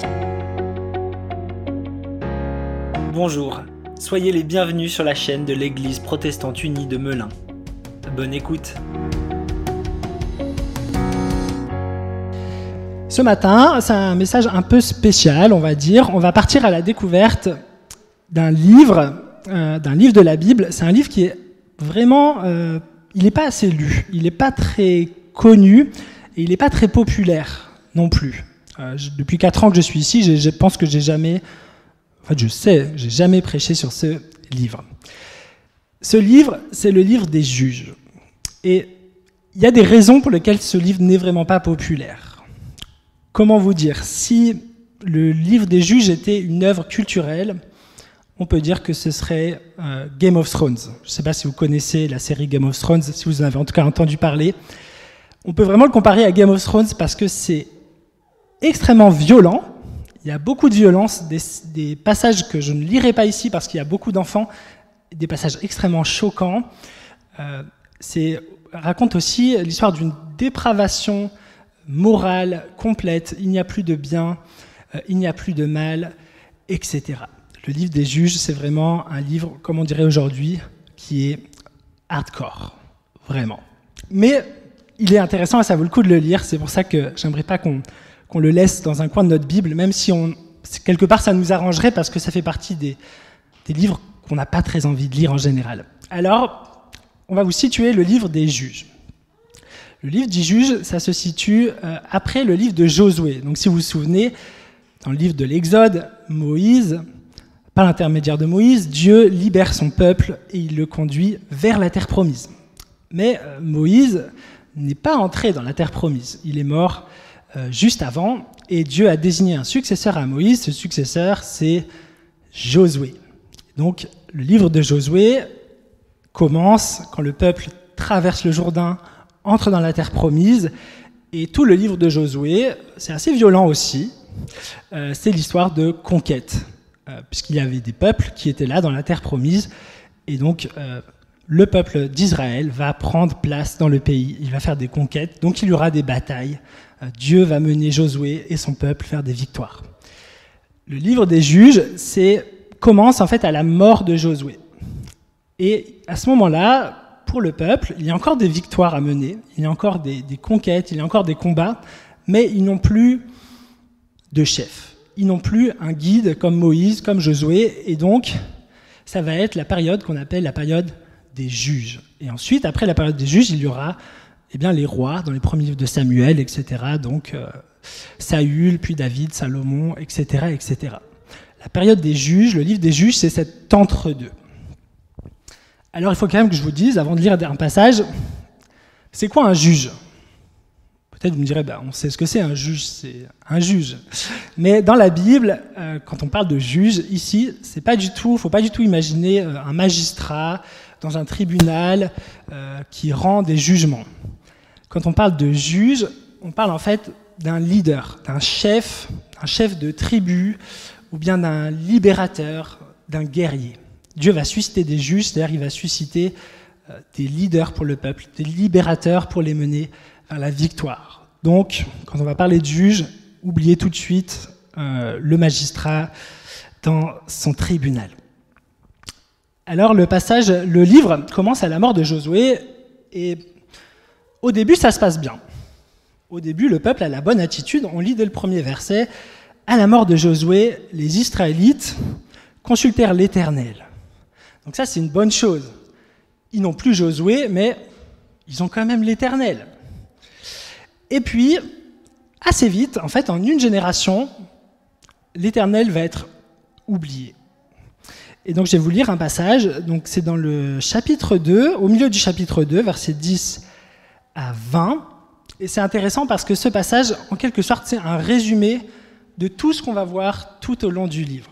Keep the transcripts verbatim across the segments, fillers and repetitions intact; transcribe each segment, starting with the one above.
Bonjour, soyez les bienvenus sur la chaîne de l'Église protestante unie de Melun. Bonne écoute. Ce matin, c'est un message un peu spécial, on va dire. On va partir à la découverte d'un livre, euh, d'un livre de la Bible. C'est un livre qui est vraiment, euh, il n'est pas assez lu, il n'est pas très connu et il n'est pas très populaire non plus. Euh, je, depuis quatre ans que je suis ici, je, je pense que j'ai jamais, en fait, je sais, j'ai jamais prêché sur ce livre. Ce livre, c'est le livre des Juges. Et il y a des raisons pour lesquelles ce livre n'est vraiment pas populaire. Comment vous dire ? Si le livre des Juges était une œuvre culturelle, on peut dire que ce serait euh, Game of Thrones. Je ne sais pas si vous connaissez la série Game of Thrones, si vous en avez en tout cas entendu parler. On peut vraiment le comparer à Game of Thrones parce que c'est extrêmement violent. Il y a beaucoup de violence, des, des passages que je ne lirai pas ici parce qu'il y a beaucoup d'enfants, des passages extrêmement choquants. Euh, c'est raconte aussi l'histoire d'une dépravation morale complète. Il n'y a plus de bien, euh, il n'y a plus de mal, et cetera. Le livre des Juges, c'est vraiment un livre, comme on dirait aujourd'hui, qui est hardcore, vraiment. Mais il est intéressant et ça vaut le coup de le lire. C'est pour ça que j'aimerais pas qu'on qu'on le laisse dans un coin de notre Bible, même si on, quelque part ça nous arrangerait parce que ça fait partie des, des livres qu'on n'a pas très envie de lire en général. Alors, on va vous situer le livre des Juges. Le livre des Juges, ça se situe euh, après le livre de Josué. Donc si vous vous souvenez, dans le livre de l'Exode, Moïse, par l'intermédiaire de Moïse, Dieu libère son peuple et il le conduit vers la terre promise. Mais euh, Moïse n'est pas entré dans la terre promise. Il est mort euh, juste avant et Dieu a désigné un successeur à Moïse. Ce successeur, c'est Josué. Donc le livre de Josué commence quand le peuple traverse le Jourdain, entre dans la terre promise, et tout le livre de Josué, c'est assez violent aussi, euh, c'est l'histoire de conquête, euh, puisqu'il y avait des peuples qui étaient là dans la terre promise, et donc euh, le peuple d'Israël va prendre place dans le pays, il va faire des conquêtes, donc il y aura des batailles, euh, Dieu va mener Josué et son peuple faire des victoires. Le livre des Juges c'est, commence en fait à la mort de Josué, et à ce moment-là, pour le peuple, il y a encore des victoires à mener, il y a encore des, des conquêtes, il y a encore des combats, mais ils n'ont plus de chef. Ils n'ont plus un guide comme Moïse, comme Josué, et donc ça va être la période qu'on appelle la période des juges. Et ensuite, après la période des juges, il y aura eh bien, les rois dans les premiers livres de Samuel, et cetera. Donc euh, Saül, puis David, Salomon, et cetera, et cetera. La période des juges, le livre des juges, c'est cet entre-deux. Alors il faut quand même que je vous dise, avant de lire un passage, c'est quoi un juge ? Peut-être vous me direz, ben, on sait ce que c'est un juge, c'est un juge. Mais dans la Bible, euh, quand on parle de juge, ici, c'est pas du tout, faut pas du tout imaginer euh, un magistrat dans un tribunal euh, qui rend des jugements. Quand on parle de juge, on parle en fait d'un leader, d'un chef, un chef de tribu, ou bien d'un libérateur, d'un guerrier. Dieu va susciter des juges, c'est-à-dire il va susciter euh, des leaders pour le peuple, des libérateurs pour les mener vers la victoire. Donc, quand on va parler de juges, oubliez tout de suite euh, le magistrat dans son tribunal. Alors, le passage, le livre commence à la mort de Josué, et au début, ça se passe bien. Au début, le peuple a la bonne attitude. On lit dès le premier verset. À la mort de Josué, les Israélites consultèrent l'Éternel. Donc ça, c'est une bonne chose. Ils n'ont plus Josué, mais ils ont quand même l'Éternel. Et puis, assez vite, en fait, en une génération, l'Éternel va être oublié. Et donc, je vais vous lire un passage. Donc, c'est dans le chapitre deux, au milieu du chapitre deux, versets dix à vingt. Et c'est intéressant parce que ce passage, en quelque sorte, c'est un résumé de tout ce qu'on va voir tout au long du livre.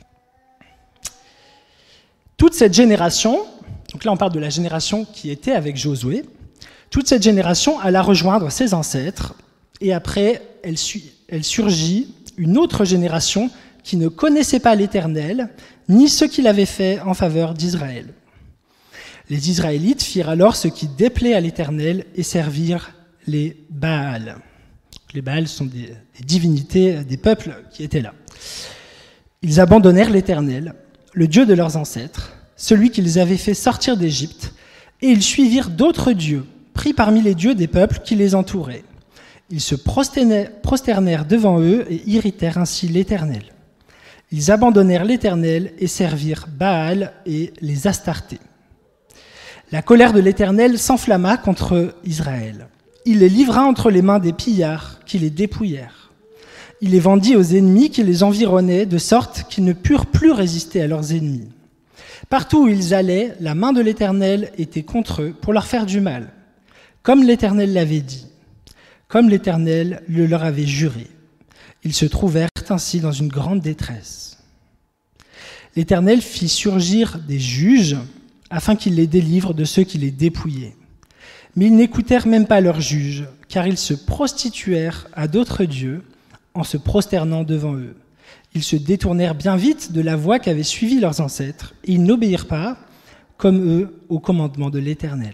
Toute cette génération, donc là on parle de la génération qui était avec Josué, toute cette génération alla rejoindre ses ancêtres, et après elle, su- elle surgit une autre génération qui ne connaissait pas l'Éternel, ni ce qu'il avait fait en faveur d'Israël. Les Israélites firent alors ce qui déplaît à l'Éternel et servirent les Baals. les Baals sont des, des divinités des peuples qui étaient là. Ils abandonnèrent l'Éternel, le Dieu de leurs ancêtres, celui qu'ils avaient fait sortir d'Égypte, et ils suivirent d'autres dieux, pris parmi les dieux des peuples qui les entouraient. Ils se prosternèrent devant eux et irritèrent ainsi l'Éternel. Ils abandonnèrent l'Éternel et servirent Baal et les Astartés. La colère de l'Éternel s'enflamma contre Israël. Il les livra entre les mains des pillards qui les dépouillèrent. Il les vendit aux ennemis qui les environnaient, de sorte qu'ils ne purent plus résister à leurs ennemis. Partout où ils allaient, la main de l'Éternel était contre eux pour leur faire du mal, comme l'Éternel l'avait dit, comme l'Éternel le leur avait juré. Ils se trouvèrent ainsi dans une grande détresse. L'Éternel fit surgir des juges afin qu'ils les délivrent de ceux qui les dépouillaient. Mais ils n'écoutèrent même pas leurs juges, car ils se prostituèrent à d'autres dieux en se prosternant devant eux. Ils se détournèrent bien vite de la voie qu'avaient suivie leurs ancêtres, et ils n'obéirent pas, comme eux, au commandement de l'Éternel.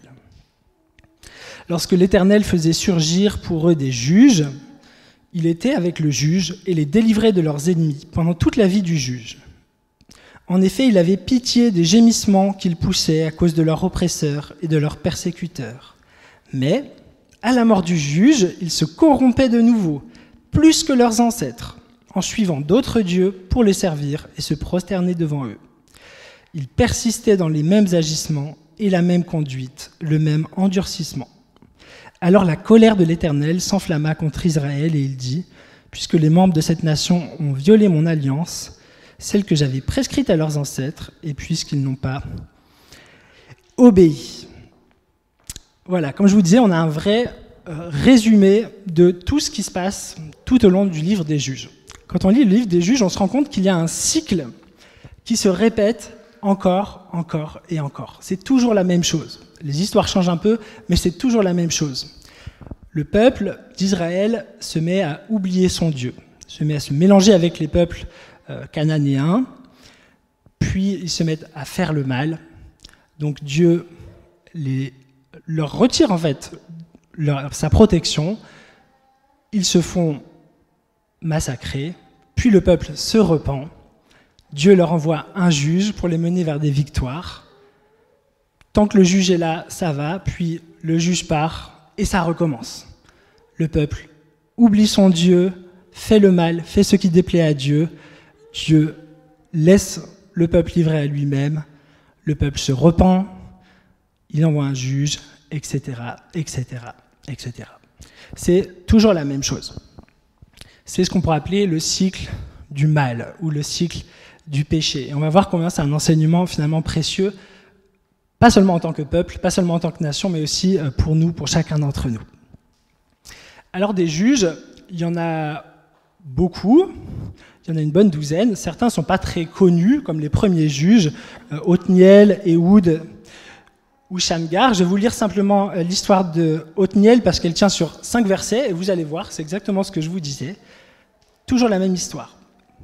Lorsque l'Éternel faisait surgir pour eux des juges, il était avec le juge et les délivrait de leurs ennemis pendant toute la vie du juge. En effet, il avait pitié des gémissements qu'ils poussaient à cause de leurs oppresseurs et de leurs persécuteurs. Mais, à la mort du juge, ils se corrompaient de nouveau, plus que leurs ancêtres, en suivant d'autres dieux pour les servir et se prosterner devant eux. Ils persistaient dans les mêmes agissements et la même conduite, le même endurcissement. Alors la colère de l'Éternel s'enflamma contre Israël et il dit, « Puisque les membres de cette nation ont violé mon alliance, celle que j'avais prescrite à leurs ancêtres, et puisqu'ils n'ont pas obéi. » Voilà, comme je vous disais, on a un vrai euh, résumé de tout ce qui se passe tout au long du livre des Juges. Quand on lit le livre des Juges, on se rend compte qu'il y a un cycle qui se répète encore, encore et encore. C'est toujours la même chose. Les histoires changent un peu, mais c'est toujours la même chose. Le peuple d'Israël se met à oublier son Dieu, se met à se mélanger avec les peuples euh, cananéens, puis ils se mettent à faire le mal. Donc Dieu les, leur retire en fait leur, sa protection, ils se font massacrer, puis le peuple se repent, Dieu leur envoie un juge pour les mener vers des victoires. Tant que le juge est là, ça va, puis le juge part et ça recommence. Le peuple oublie son Dieu, fait le mal, fait ce qui déplaît à Dieu. Dieu laisse le peuple livré à lui-même. Le peuple se repent, il envoie un juge, et cetera, et cetera, et cetera. C'est toujours la même chose. C'est ce qu'on pourrait appeler le cycle du mal ou le cycle du péché. Et on va voir combien c'est un enseignement finalement précieux, pas seulement en tant que peuple, pas seulement en tant que nation, mais aussi pour nous, pour chacun d'entre nous. Alors des juges, il y en a beaucoup, il y en a une bonne douzaine. Certains ne sont pas très connus, comme les premiers juges, euh, Othniel, Ehud ou Shamgar. Je vais vous lire simplement euh, l'histoire de Othniel parce qu'elle tient sur cinq versets, et vous allez voir, c'est exactement ce que je vous disais. Toujours la même histoire.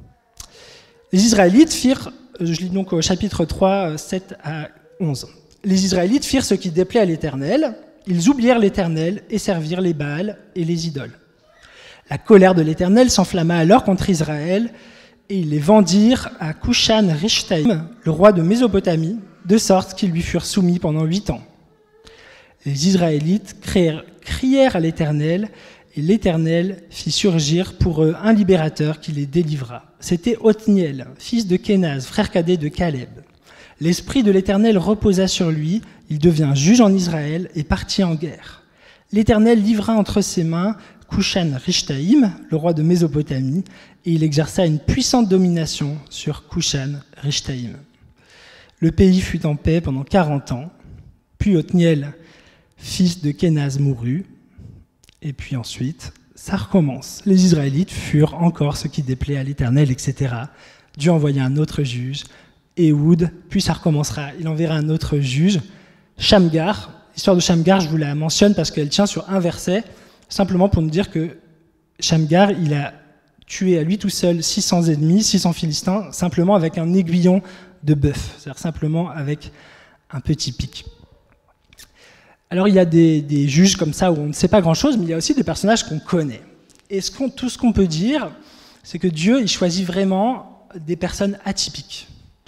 Les Israélites firent, je lis donc au chapitre trois, sept à onze. Les Israélites firent ce qui déplaît à l'Éternel, ils oublièrent l'Éternel et servirent les Baals et les idoles. La colère de l'Éternel s'enflamma alors contre Israël, et ils les vendirent à Cushan-Rishtaïm, le roi de Mésopotamie, de sorte qu'ils lui furent soumis pendant huit ans. Les Israélites crièrent, crièrent à l'Éternel, et l'Éternel fit surgir pour eux un libérateur qui les délivra. C'était Othniel, fils de Kénaz, frère cadet de Caleb. L'esprit de l'Éternel reposa sur lui, il devint juge en Israël et partit en guerre. L'Éternel livra entre ses mains Cushan-Rishtaïm, le roi de Mésopotamie, et il exerça une puissante domination sur Cushan-Rishtaïm. Le pays fut en paix pendant quarante ans, puis Othniel, fils de Kénaz, mourut, et puis ensuite, ça recommence. Les Israélites furent encore ce qui déplaît à l'Éternel, et cetera. Dieu envoya un autre juge, Ehud, puis ça recommencera. Il enverra un autre juge, Shamgar. L'histoire de Shamgar, je vous la mentionne parce qu'elle tient sur un verset, simplement pour nous dire que Shamgar, il a tué à lui tout seul six cents ennemis, six cents Philistins, simplement avec un aiguillon de bœuf, c'est-à-dire simplement avec un petit pic. Alors il y a des, des juges comme ça où on ne sait pas grand-chose, mais il y a aussi des personnages qu'on connaît. Et ce qu'on, tout ce qu'on peut dire, c'est que Dieu, il choisit vraiment des personnes atypiques.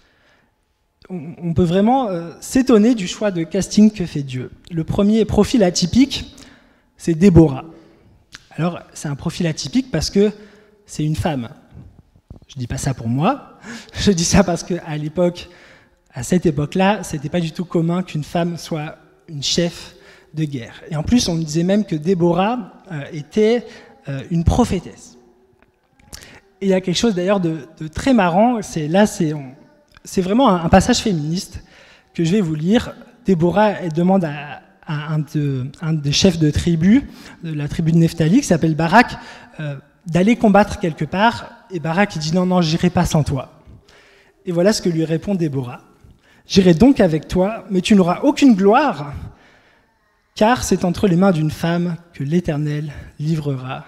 On, on peut vraiment euh, s'étonner du choix de casting que fait Dieu. Le premier profil atypique, c'est Déborah. Alors, c'est un profil atypique parce que c'est une femme. Je ne dis pas ça pour moi, je dis ça parce qu'à l'époque, à cette époque-là, ce n'était pas du tout commun qu'une femme soit une chef de guerre. Et en plus, on disait même que Déborah euh, était euh, une prophétesse. Et il y a quelque chose d'ailleurs de, de très marrant, c'est là, c'est, on, c'est vraiment un, un passage féministe que je vais vous lire. Déborah, elle demande à, à un, de, un des chefs de tribu, de la tribu de Nephtali, qui s'appelle Barak, euh, d'aller combattre quelque part. Et Barak, il dit non, non, j'irai pas sans toi. Et voilà ce que lui répond Déborah. J'irai donc avec toi, mais tu n'auras aucune gloire, car c'est entre les mains d'une femme que l'Éternel livrera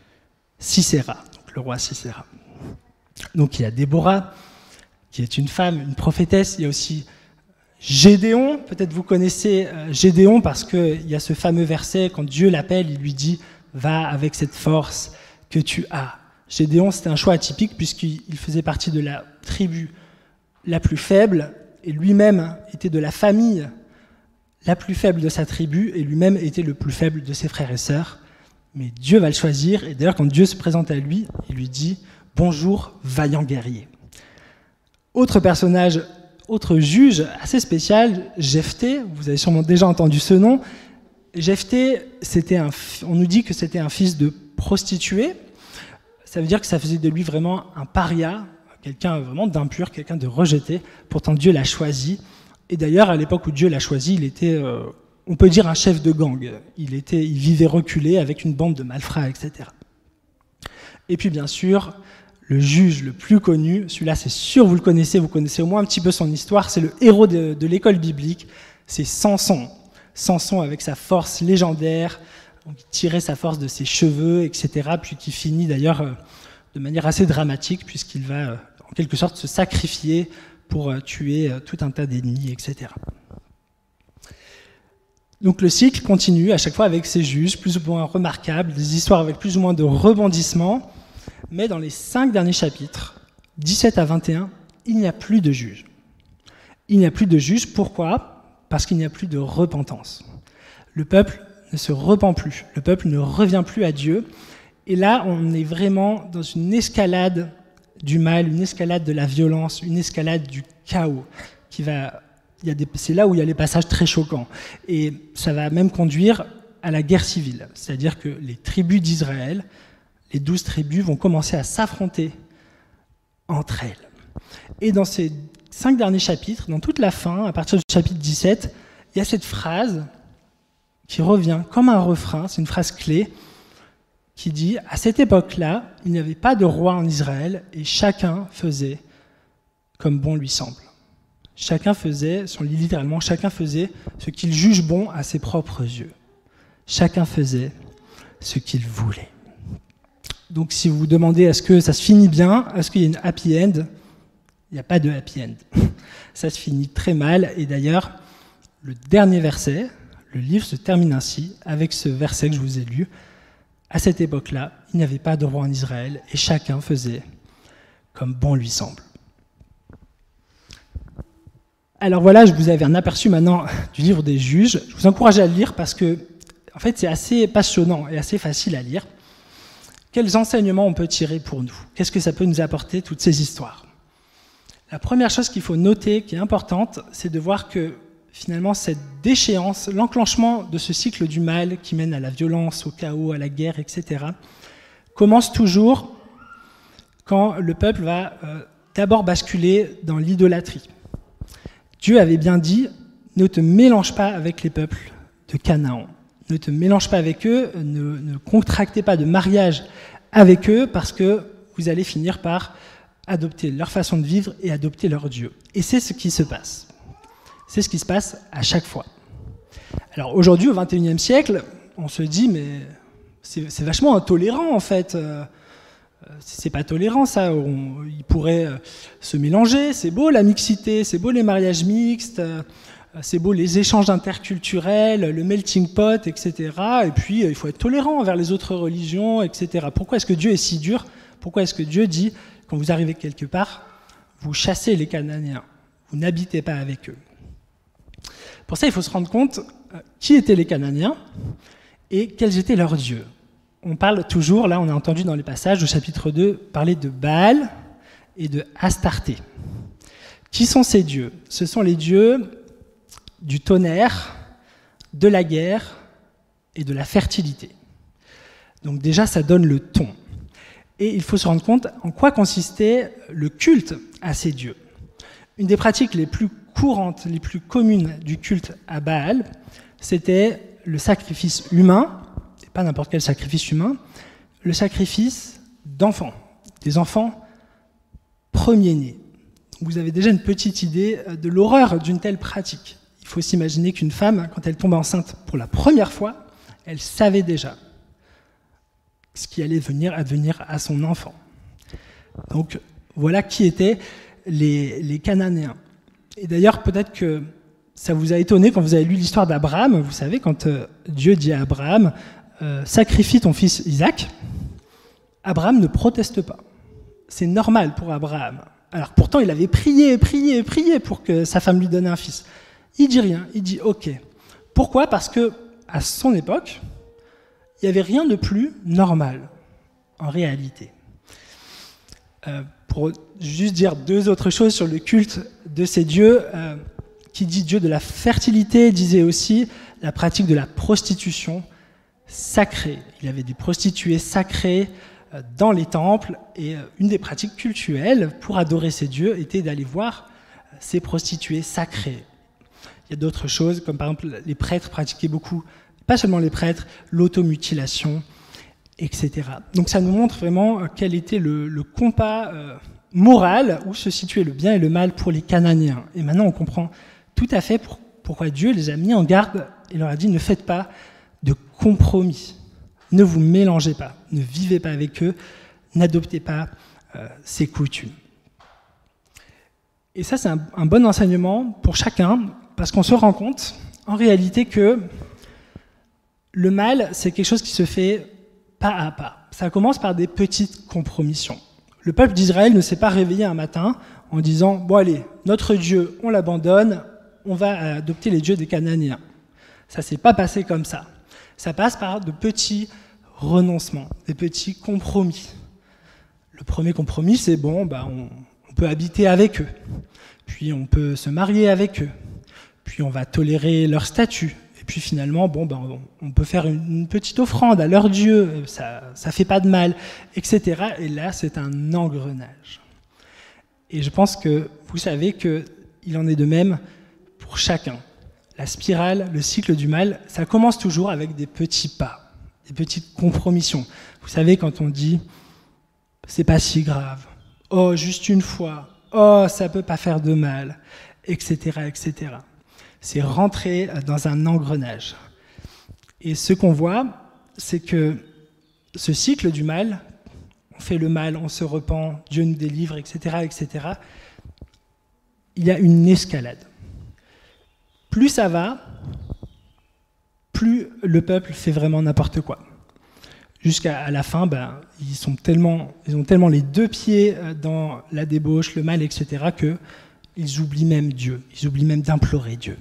Sisera, donc le roi Sisera. Donc il y a Déborah, qui est une femme, une prophétesse. Il y a aussi Gédéon. Peut-être vous connaissez Gédéon parce qu'il y a ce fameux verset, quand Dieu l'appelle, il lui dit « Va avec cette force que tu as ». Gédéon, c'était un choix atypique puisqu'il faisait partie de la tribu la plus faible, et lui-même était de la famille la plus faible de sa tribu, et lui-même était le plus faible de ses frères et sœurs. Mais Dieu va le choisir, et d'ailleurs quand Dieu se présente à lui, il lui dit « Bonjour, vaillant guerrier ». Autre personnage, autre juge assez spécial, Jephthé, vous avez sûrement déjà entendu ce nom. Jephthé, c'était un, on nous dit que c'était un fils de prostituée. Ça veut dire que ça faisait de lui vraiment un paria, quelqu'un vraiment d'impur, quelqu'un de rejeté. Pourtant, Dieu l'a choisi. Et d'ailleurs, à l'époque où Dieu l'a choisi, il était, euh, on peut dire, un chef de gang. Il, était, il vivait reculé avec une bande de malfrats, et cetera. Et puis, bien sûr, le juge le plus connu, celui-là, c'est sûr, vous le connaissez, vous connaissez au moins un petit peu son histoire, c'est le héros de, de l'école biblique, c'est Samson. Samson avec sa force légendaire, donc, il tirait sa force de ses cheveux, et cetera, puis qui finit d'ailleurs euh, de manière assez dramatique, puisqu'il va euh, en quelque sorte se sacrifier pour euh, tuer euh, tout un tas d'ennemis, et cetera. Donc le cycle continue à chaque fois avec ces juges plus ou moins remarquables, des histoires avec plus ou moins de rebondissements, mais dans les cinq derniers chapitres, dix-sept à vingt et un, il n'y a plus de juges. Il n'y a plus de juges, pourquoi ? Parce qu'il n'y a plus de repentance. Le peuple ne se repent plus, le peuple ne revient plus à Dieu, et là on est vraiment dans une escalade du mal, une escalade de la violence, une escalade du chaos, qui va, il y a des, c'est là où il y a les passages très choquants, et ça va même conduire à la guerre civile, c'est-à-dire que les tribus d'Israël, les douze tribus vont commencer à s'affronter entre elles. Et dans ces cinq derniers chapitres, dans toute la fin, à partir du chapitre dix-sept, il y a cette phrase qui revient comme un refrain, c'est une phrase clé, qui dit « À cette époque-là, il n'y avait pas de roi en Israël et chacun faisait comme bon lui semble. » Chacun faisait, si on lit littéralement, chacun faisait ce qu'il juge bon à ses propres yeux. Chacun faisait ce qu'il voulait. Donc si vous vous demandez est-ce que ça se finit bien, est-ce qu'il y a une happy end, il n'y a pas de happy end. Ça se finit très mal, et d'ailleurs, le dernier verset, le livre se termine ainsi, avec ce verset que je vous ai lu. À cette époque-là, il n'y avait pas de roi en Israël, et chacun faisait comme bon lui semble. Alors voilà, je vous avais un aperçu maintenant du livre des juges. Je vous encourage à le lire parce que, en fait, c'est assez passionnant et assez facile à lire. Quels enseignements on peut tirer pour nous ? Qu'est-ce que ça peut nous apporter, toutes ces histoires ? La première chose qu'il faut noter, qui est importante, c'est de voir que finalement cette déchéance, l'enclenchement de ce cycle du mal qui mène à la violence, au chaos, à la guerre, et cetera, commence toujours quand le peuple va euh, d'abord basculer dans l'idolâtrie. Dieu avait bien dit « Ne te mélange pas avec les peuples de Canaan ». Ne te mélange pas avec eux, ne, ne contractez pas de mariage avec eux parce que vous allez finir par adopter leur façon de vivre et adopter leur Dieu. Et c'est ce qui se passe. C'est ce qui se passe à chaque fois. Alors aujourd'hui, au vingt et unième siècle, on se dit, mais c'est, c'est vachement intolérant en fait. Euh, c'est pas tolérant ça. On, ils pourraient se mélanger, c'est beau la mixité, c'est beau les mariages mixtes. c'est beau les échanges interculturels, le melting pot, et cetera. Et puis, il faut être tolérant envers les autres religions, et cetera. Pourquoi est-ce que Dieu est si dur? Pourquoi est-ce que Dieu dit, quand vous arrivez quelque part, vous chassez les Cananéens, vous n'habitez pas avec eux? Pour ça, il faut se rendre compte qui étaient les Cananéens et quels étaient leurs dieux. On parle toujours, là on a entendu dans les passages au chapitre deux, parler de Baal et de Astarté. Qui sont ces dieux? Ce sont les dieux du tonnerre, de la guerre et de la fertilité. Donc déjà, ça donne le ton. Et il faut se rendre compte en quoi consistait le culte à ces dieux. Une des pratiques les plus courantes, les plus communes du culte à Baal, c'était le sacrifice humain, et pas n'importe quel sacrifice humain, le sacrifice d'enfants, des enfants premiers-nés. Vous avez déjà une petite idée de l'horreur d'une telle pratique. Il faut s'imaginer qu'une femme, quand elle tombe enceinte pour la première fois, elle savait déjà ce qui allait venir advenir à son enfant. Donc voilà qui étaient les, les Cananéens. Et d'ailleurs, peut-être que ça vous a étonné quand vous avez lu l'histoire d'Abraham. Vous savez, quand euh, Dieu dit à Abraham euh, « Sacrifie ton fils Isaac », Abraham ne proteste pas. C'est normal pour Abraham. Alors pourtant, il avait prié, prié, prié pour que sa femme lui donne un fils. Il dit rien, il dit « Ok ». Pourquoi ? Parce que à son époque, il n'y avait rien de plus normal, en réalité. Euh, pour juste dire deux autres choses sur le culte de ces dieux, euh, qui dit Dieu de la fertilité, disait aussi la pratique de la prostitution sacrée. Il y avait des prostituées sacrées euh, dans les temples, et euh, une des pratiques cultuelles pour adorer ces dieux était d'aller voir euh, ces prostituées sacrées. Il y a d'autres choses, comme par exemple les prêtres pratiquaient beaucoup, pas seulement les prêtres, l'automutilation, et cetera. Donc ça nous montre vraiment quel était le, le compas euh, moral, où se situait le bien et le mal pour les Cananéens. Et maintenant on comprend tout à fait pour, pourquoi Dieu les a mis en garde et leur a dit « Ne faites pas de compromis, ne vous mélangez pas, ne vivez pas avec eux, n'adoptez pas euh, ces coutumes. » Et ça c'est un, un bon enseignement pour chacun, parce qu'on se rend compte en réalité que le mal, c'est quelque chose qui se fait pas à pas. Ça commence par des petites compromissions. Le peuple d'Israël ne s'est pas réveillé un matin en disant « Bon allez, notre Dieu, on l'abandonne, on va adopter les dieux des Cananéens. » Ça ne s'est pas passé comme ça. Ça passe par de petits renoncements, des petits compromis. Le premier compromis, c'est bon, bah on, on peut habiter avec eux, puis on peut se marier avec eux, puis on va tolérer leur statut. Et puis finalement, bon, ben, on peut faire une petite offrande à leur Dieu, ça ne fait pas de mal, et cetera. Et là, c'est un engrenage. Et je pense que vous savez qu'il en est de même pour chacun. La spirale, le cycle du mal, ça commence toujours avec des petits pas, des petites compromissions. Vous savez, quand on dit « c'est pas si grave »,« oh, juste une fois »,« oh, ça peut pas faire de mal », et cetera, et cetera. C'est rentrer dans un engrenage. Et ce qu'on voit, c'est que ce cycle du mal, on fait le mal, on se repent, Dieu nous délivre, et cetera, et cetera, il y a une escalade. Plus ça va, plus le peuple fait vraiment n'importe quoi. Jusqu'à la fin, ben, ils, sont tellement, ils ont tellement les deux pieds dans la débauche, le mal, et cetera, qu'ils oublient même Dieu, ils oublient même d'implorer Dieu.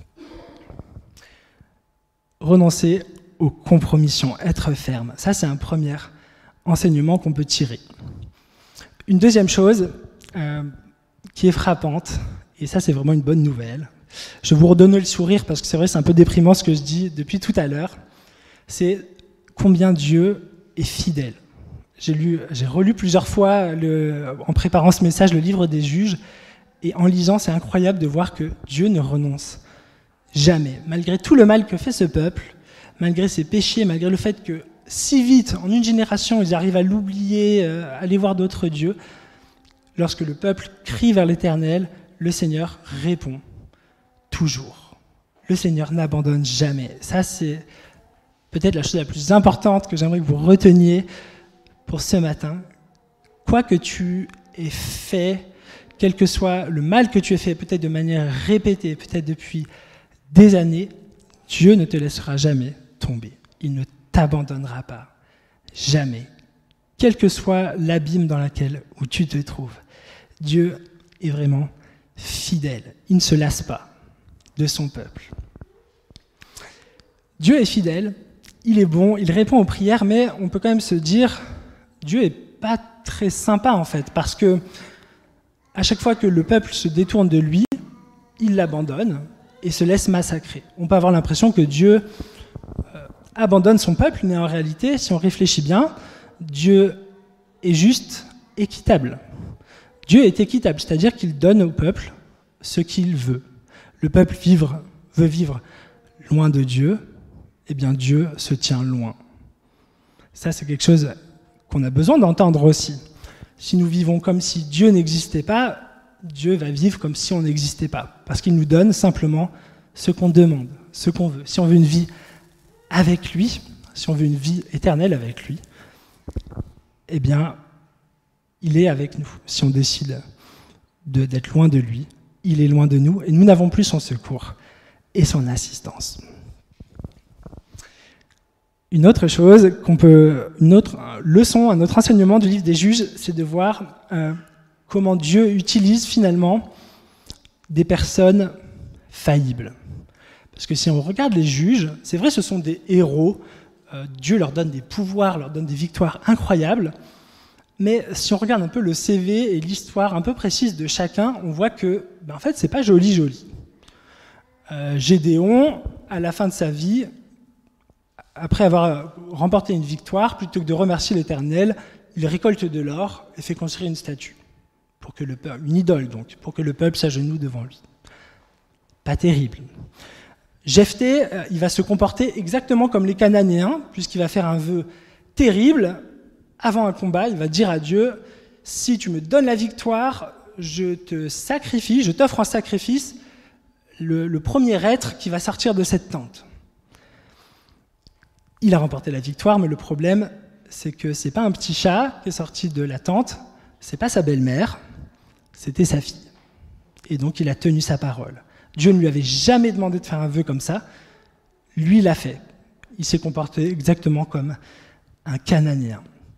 Renoncer aux compromissions, être ferme. Ça, c'est un premier enseignement qu'on peut tirer. Une deuxième chose euh, qui est frappante, et ça, c'est vraiment une bonne nouvelle. Je vais vous redonner le sourire parce que c'est vrai, c'est un peu déprimant ce que je dis depuis tout à l'heure. C'est combien Dieu est fidèle. J'ai lu, j'ai relu plusieurs fois, le, en préparant ce message, le livre des Juges, et en lisant, c'est incroyable de voir que Dieu ne renonce jamais. Malgré tout le mal que fait ce peuple, malgré ses péchés, malgré le fait que si vite, en une génération, ils arrivent à l'oublier, à aller voir d'autres dieux, lorsque le peuple crie vers l'Éternel, le Seigneur répond toujours. Le Seigneur n'abandonne jamais. Ça, c'est peut-être la chose la plus importante que j'aimerais que vous reteniez pour ce matin. Quoi que tu aies fait, quel que soit le mal que tu aies fait, peut-être de manière répétée, peut-être depuis des années, Dieu ne te laissera jamais tomber. Il ne t'abandonnera pas. Jamais. Quel que soit l'abîme dans lequel où tu te trouves. Dieu est vraiment fidèle. Il ne se lasse pas de son peuple. Dieu est fidèle, il est bon, il répond aux prières, mais on peut quand même se dire, Dieu n'est pas très sympa en fait, parce que à chaque fois que le peuple se détourne de lui, il l'abandonne et se laisse massacrer. On peut avoir l'impression que Dieu euh, abandonne son peuple, mais en réalité, si on réfléchit bien, Dieu est juste équitable. Dieu est équitable, c'est-à-dire qu'il donne au peuple ce qu'il veut. Le peuple vivre, veut vivre loin de Dieu, eh bien Dieu se tient loin. Ça, c'est quelque chose qu'on a besoin d'entendre aussi. Si nous vivons comme si Dieu n'existait pas, Dieu va vivre comme si on n'existait pas, parce qu'il nous donne simplement ce qu'on demande, ce qu'on veut. Si on veut une vie avec lui, si on veut une vie éternelle avec lui, eh bien, il est avec nous. Si on décide de, d'être loin de lui, il est loin de nous, et nous n'avons plus son secours et son assistance. Une autre chose qu'on peut, une autre leçon, un autre enseignement du livre des Juges, c'est de voir euh, comment Dieu utilise finalement des personnes faillibles. Parce que si on regarde les juges, c'est vrai, ce sont des héros. Euh, Dieu leur donne des pouvoirs, leur donne des victoires incroyables. Mais si on regarde un peu le C V et l'histoire un peu précise de chacun, on voit que, ben en fait, c'est pas joli, joli. Euh, Gédéon, à la fin de sa vie, après avoir remporté une victoire, plutôt que de remercier l'Éternel, il récolte de l'or et fait construire une statue, pour que le peuple, une idole donc, pour que le peuple s'agenouille devant lui. Pas terrible. Jephthé, il va se comporter exactement comme les Cananéens, puisqu'il va faire un vœu terrible. Avant un combat, il va dire à Dieu, si tu me donnes la victoire, je te sacrifie, je t'offre en sacrifice le, le premier être qui va sortir de cette tente. Il a remporté la victoire, mais le problème, c'est que c'est pas un petit chat qui est sorti de la tente, c'est pas sa belle-mère, c'était sa fille. Et donc il a tenu sa parole. Dieu ne lui avait jamais demandé de faire un vœu comme ça, lui l'a fait. Il s'est comporté exactement comme un Cananéen.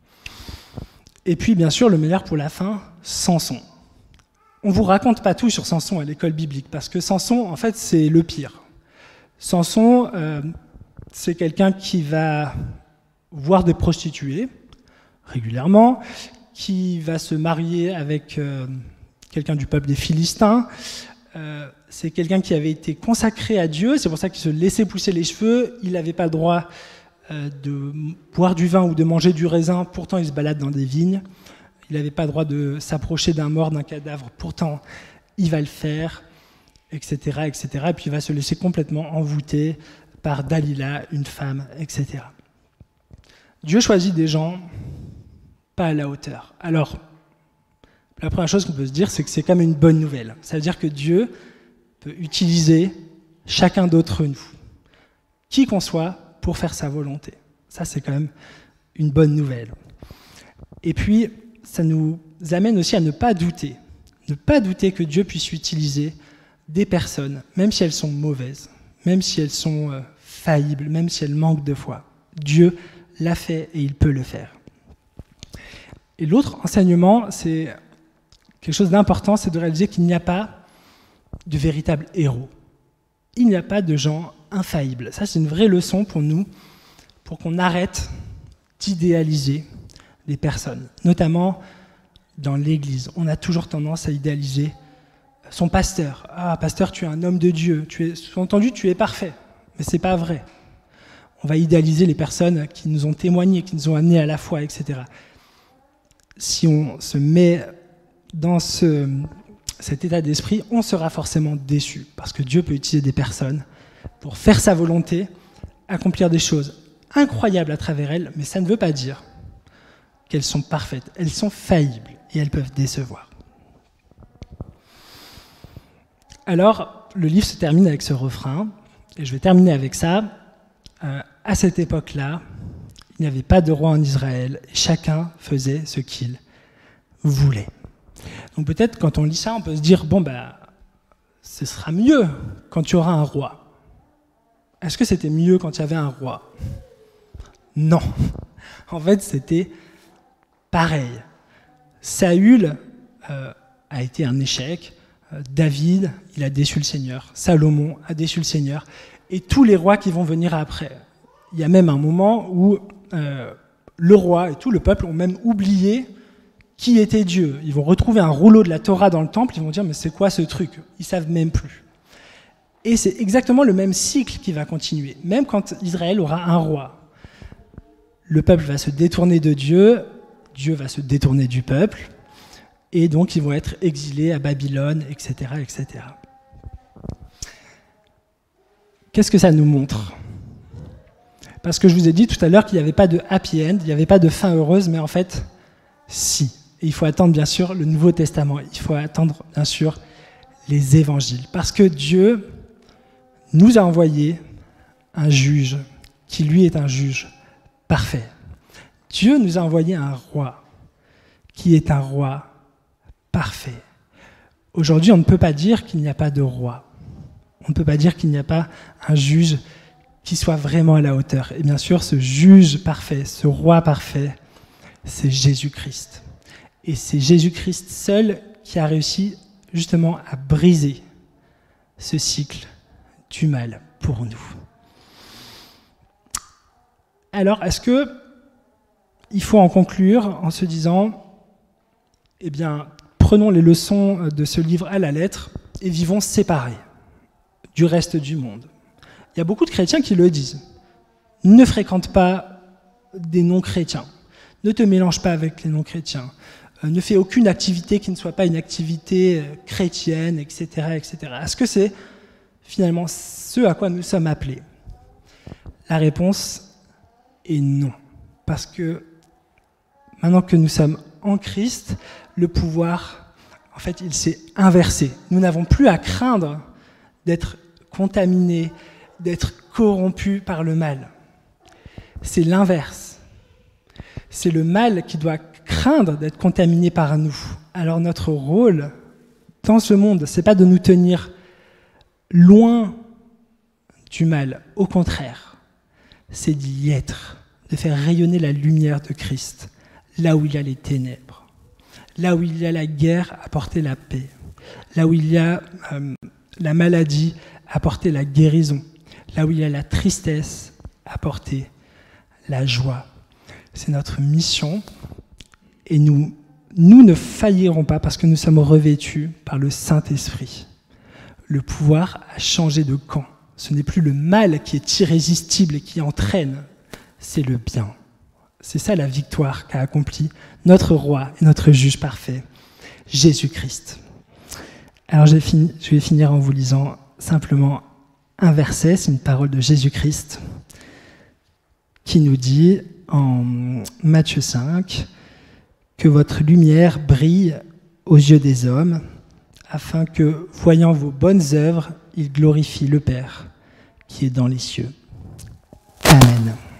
Et puis, bien sûr, le meilleur pour la fin, Samson. On ne vous raconte pas tout sur Samson à l'école biblique, parce que Samson, en fait, c'est le pire. Samson, euh, c'est quelqu'un qui va voir des prostituées régulièrement, qui va se marier avec euh, quelqu'un du peuple des Philistins. Euh, c'est quelqu'un qui avait été consacré à Dieu, c'est pour ça qu'il se laissait pousser les cheveux, il n'avait pas le droit euh, de boire du vin ou de manger du raisin, pourtant il se balade dans des vignes. Il n'avait pas le droit de s'approcher d'un mort, d'un cadavre, pourtant il va le faire, et cetera, et cetera. Et puis il va se laisser complètement envoûter par Dalila, une femme, et cetera. Dieu choisit des gens pas à la hauteur. Alors, la première chose qu'on peut se dire, c'est que c'est quand même une bonne nouvelle. Ça veut dire que Dieu peut utiliser chacun d'entre nous, qui qu'on soit, pour faire sa volonté. Ça, c'est quand même une bonne nouvelle. Et puis, ça nous amène aussi à ne pas douter. Ne pas douter que Dieu puisse utiliser des personnes, même si elles sont mauvaises, même si elles sont euh, faillibles, même si elles manquent de foi. Dieu l'a fait et il peut le faire. Et l'autre enseignement, c'est quelque chose d'important, c'est de réaliser qu'il n'y a pas de véritables héros. Il n'y a pas de gens infaillibles. Ça, c'est une vraie leçon pour nous, pour qu'on arrête d'idéaliser les personnes, notamment dans l'Église. On a toujours tendance à idéaliser son pasteur. Ah, pasteur, tu es un homme de Dieu. Tu es, sous-entendu, tu es parfait. Mais c'est pas vrai. On va idéaliser les personnes qui nous ont témoigné, qui nous ont amenés à la foi, et cetera. Si on se met dans ce, cet état d'esprit, on sera forcément déçu, parce que Dieu peut utiliser des personnes pour faire sa volonté, accomplir des choses incroyables à travers elles, mais ça ne veut pas dire qu'elles sont parfaites. Elles sont faillibles et elles peuvent décevoir. Alors, le livre se termine avec ce refrain, et je vais terminer avec ça. Euh, à cette époque-là, il n'y avait pas de roi en Israël, et chacun faisait ce qu'il voulait. Donc peut-être quand on lit ça, on peut se dire, bon, bah, ce sera mieux quand tu auras un roi. Est-ce que c'était mieux quand il y avait un roi ? Non. En fait, c'était pareil. Saül euh, a été un échec. Euh, David, il a déçu le Seigneur. Salomon a déçu le Seigneur. Et tous les rois qui vont venir après. Il y a même un moment où euh, le roi et tout le peuple ont même oublié qui était Dieu. Ils vont retrouver un rouleau de la Torah dans le temple, ils vont dire mais c'est quoi ce truc ? Ils savent même plus. Et c'est exactement le même cycle qui va continuer. Même quand Israël aura un roi, le peuple va se détourner de Dieu, Dieu va se détourner du peuple, et donc ils vont être exilés à Babylone, et cetera, et cetera. Qu'est-ce que ça nous montre ? Parce que je vous ai dit tout à l'heure qu'il n'y avait pas de happy end, il n'y avait pas de fin heureuse, mais en fait, si. Et il faut attendre bien sûr le Nouveau Testament, il faut attendre bien sûr les évangiles. Parce que Dieu nous a envoyé un juge, qui lui est un juge parfait. Dieu nous a envoyé un roi, qui est un roi parfait. Aujourd'hui, on ne peut pas dire qu'il n'y a pas de roi. On ne peut pas dire qu'il n'y a pas un juge qui soit vraiment à la hauteur. Et bien sûr, ce juge parfait, ce roi parfait, c'est Jésus-Christ. Et c'est Jésus-Christ seul qui a réussi justement à briser ce cycle du mal pour nous. Alors, est-ce que il faut en conclure en se disant, eh bien, prenons les leçons de ce livre à la lettre et vivons séparés du reste du monde. Il y a beaucoup de chrétiens qui le disent. Ne fréquente pas des non-chrétiens. Ne te mélange pas avec les non-chrétiens. Euh, ne fais aucune activité qui ne soit pas une activité chrétienne, et cetera, et cetera. Est-ce que c'est finalement ce à quoi nous sommes appelés ? La réponse est non. Parce que maintenant que nous sommes en Christ, le pouvoir, en fait, il s'est inversé. Nous n'avons plus à craindre d'être contaminés, d'être corrompus par le mal. C'est l'inverse. C'est le mal qui doit craindre d'être contaminé par nous. Alors notre rôle dans ce monde, c'est pas de nous tenir loin du mal. Au contraire, c'est d'y être, de faire rayonner la lumière de Christ, là où il y a les ténèbres, là où il y a la guerre, apporter la paix, là où il y a euh, la maladie, apporter la guérison, là où il y a la tristesse, apporter la joie. C'est notre mission et nous, nous ne faillirons pas parce que nous sommes revêtus par le Saint-Esprit. Le pouvoir a changé de camp. Ce n'est plus le mal qui est irrésistible et qui entraîne, c'est le bien. C'est ça la victoire qu'a accompli notre roi et notre juge parfait, Jésus-Christ. Alors je vais, finir, je vais finir en vous lisant simplement un verset, c'est une parole de Jésus-Christ qui nous dit en Matthieu cinq que votre lumière brille aux yeux des hommes afin que, voyant vos bonnes œuvres, ils glorifient le Père qui est dans les cieux. Amen.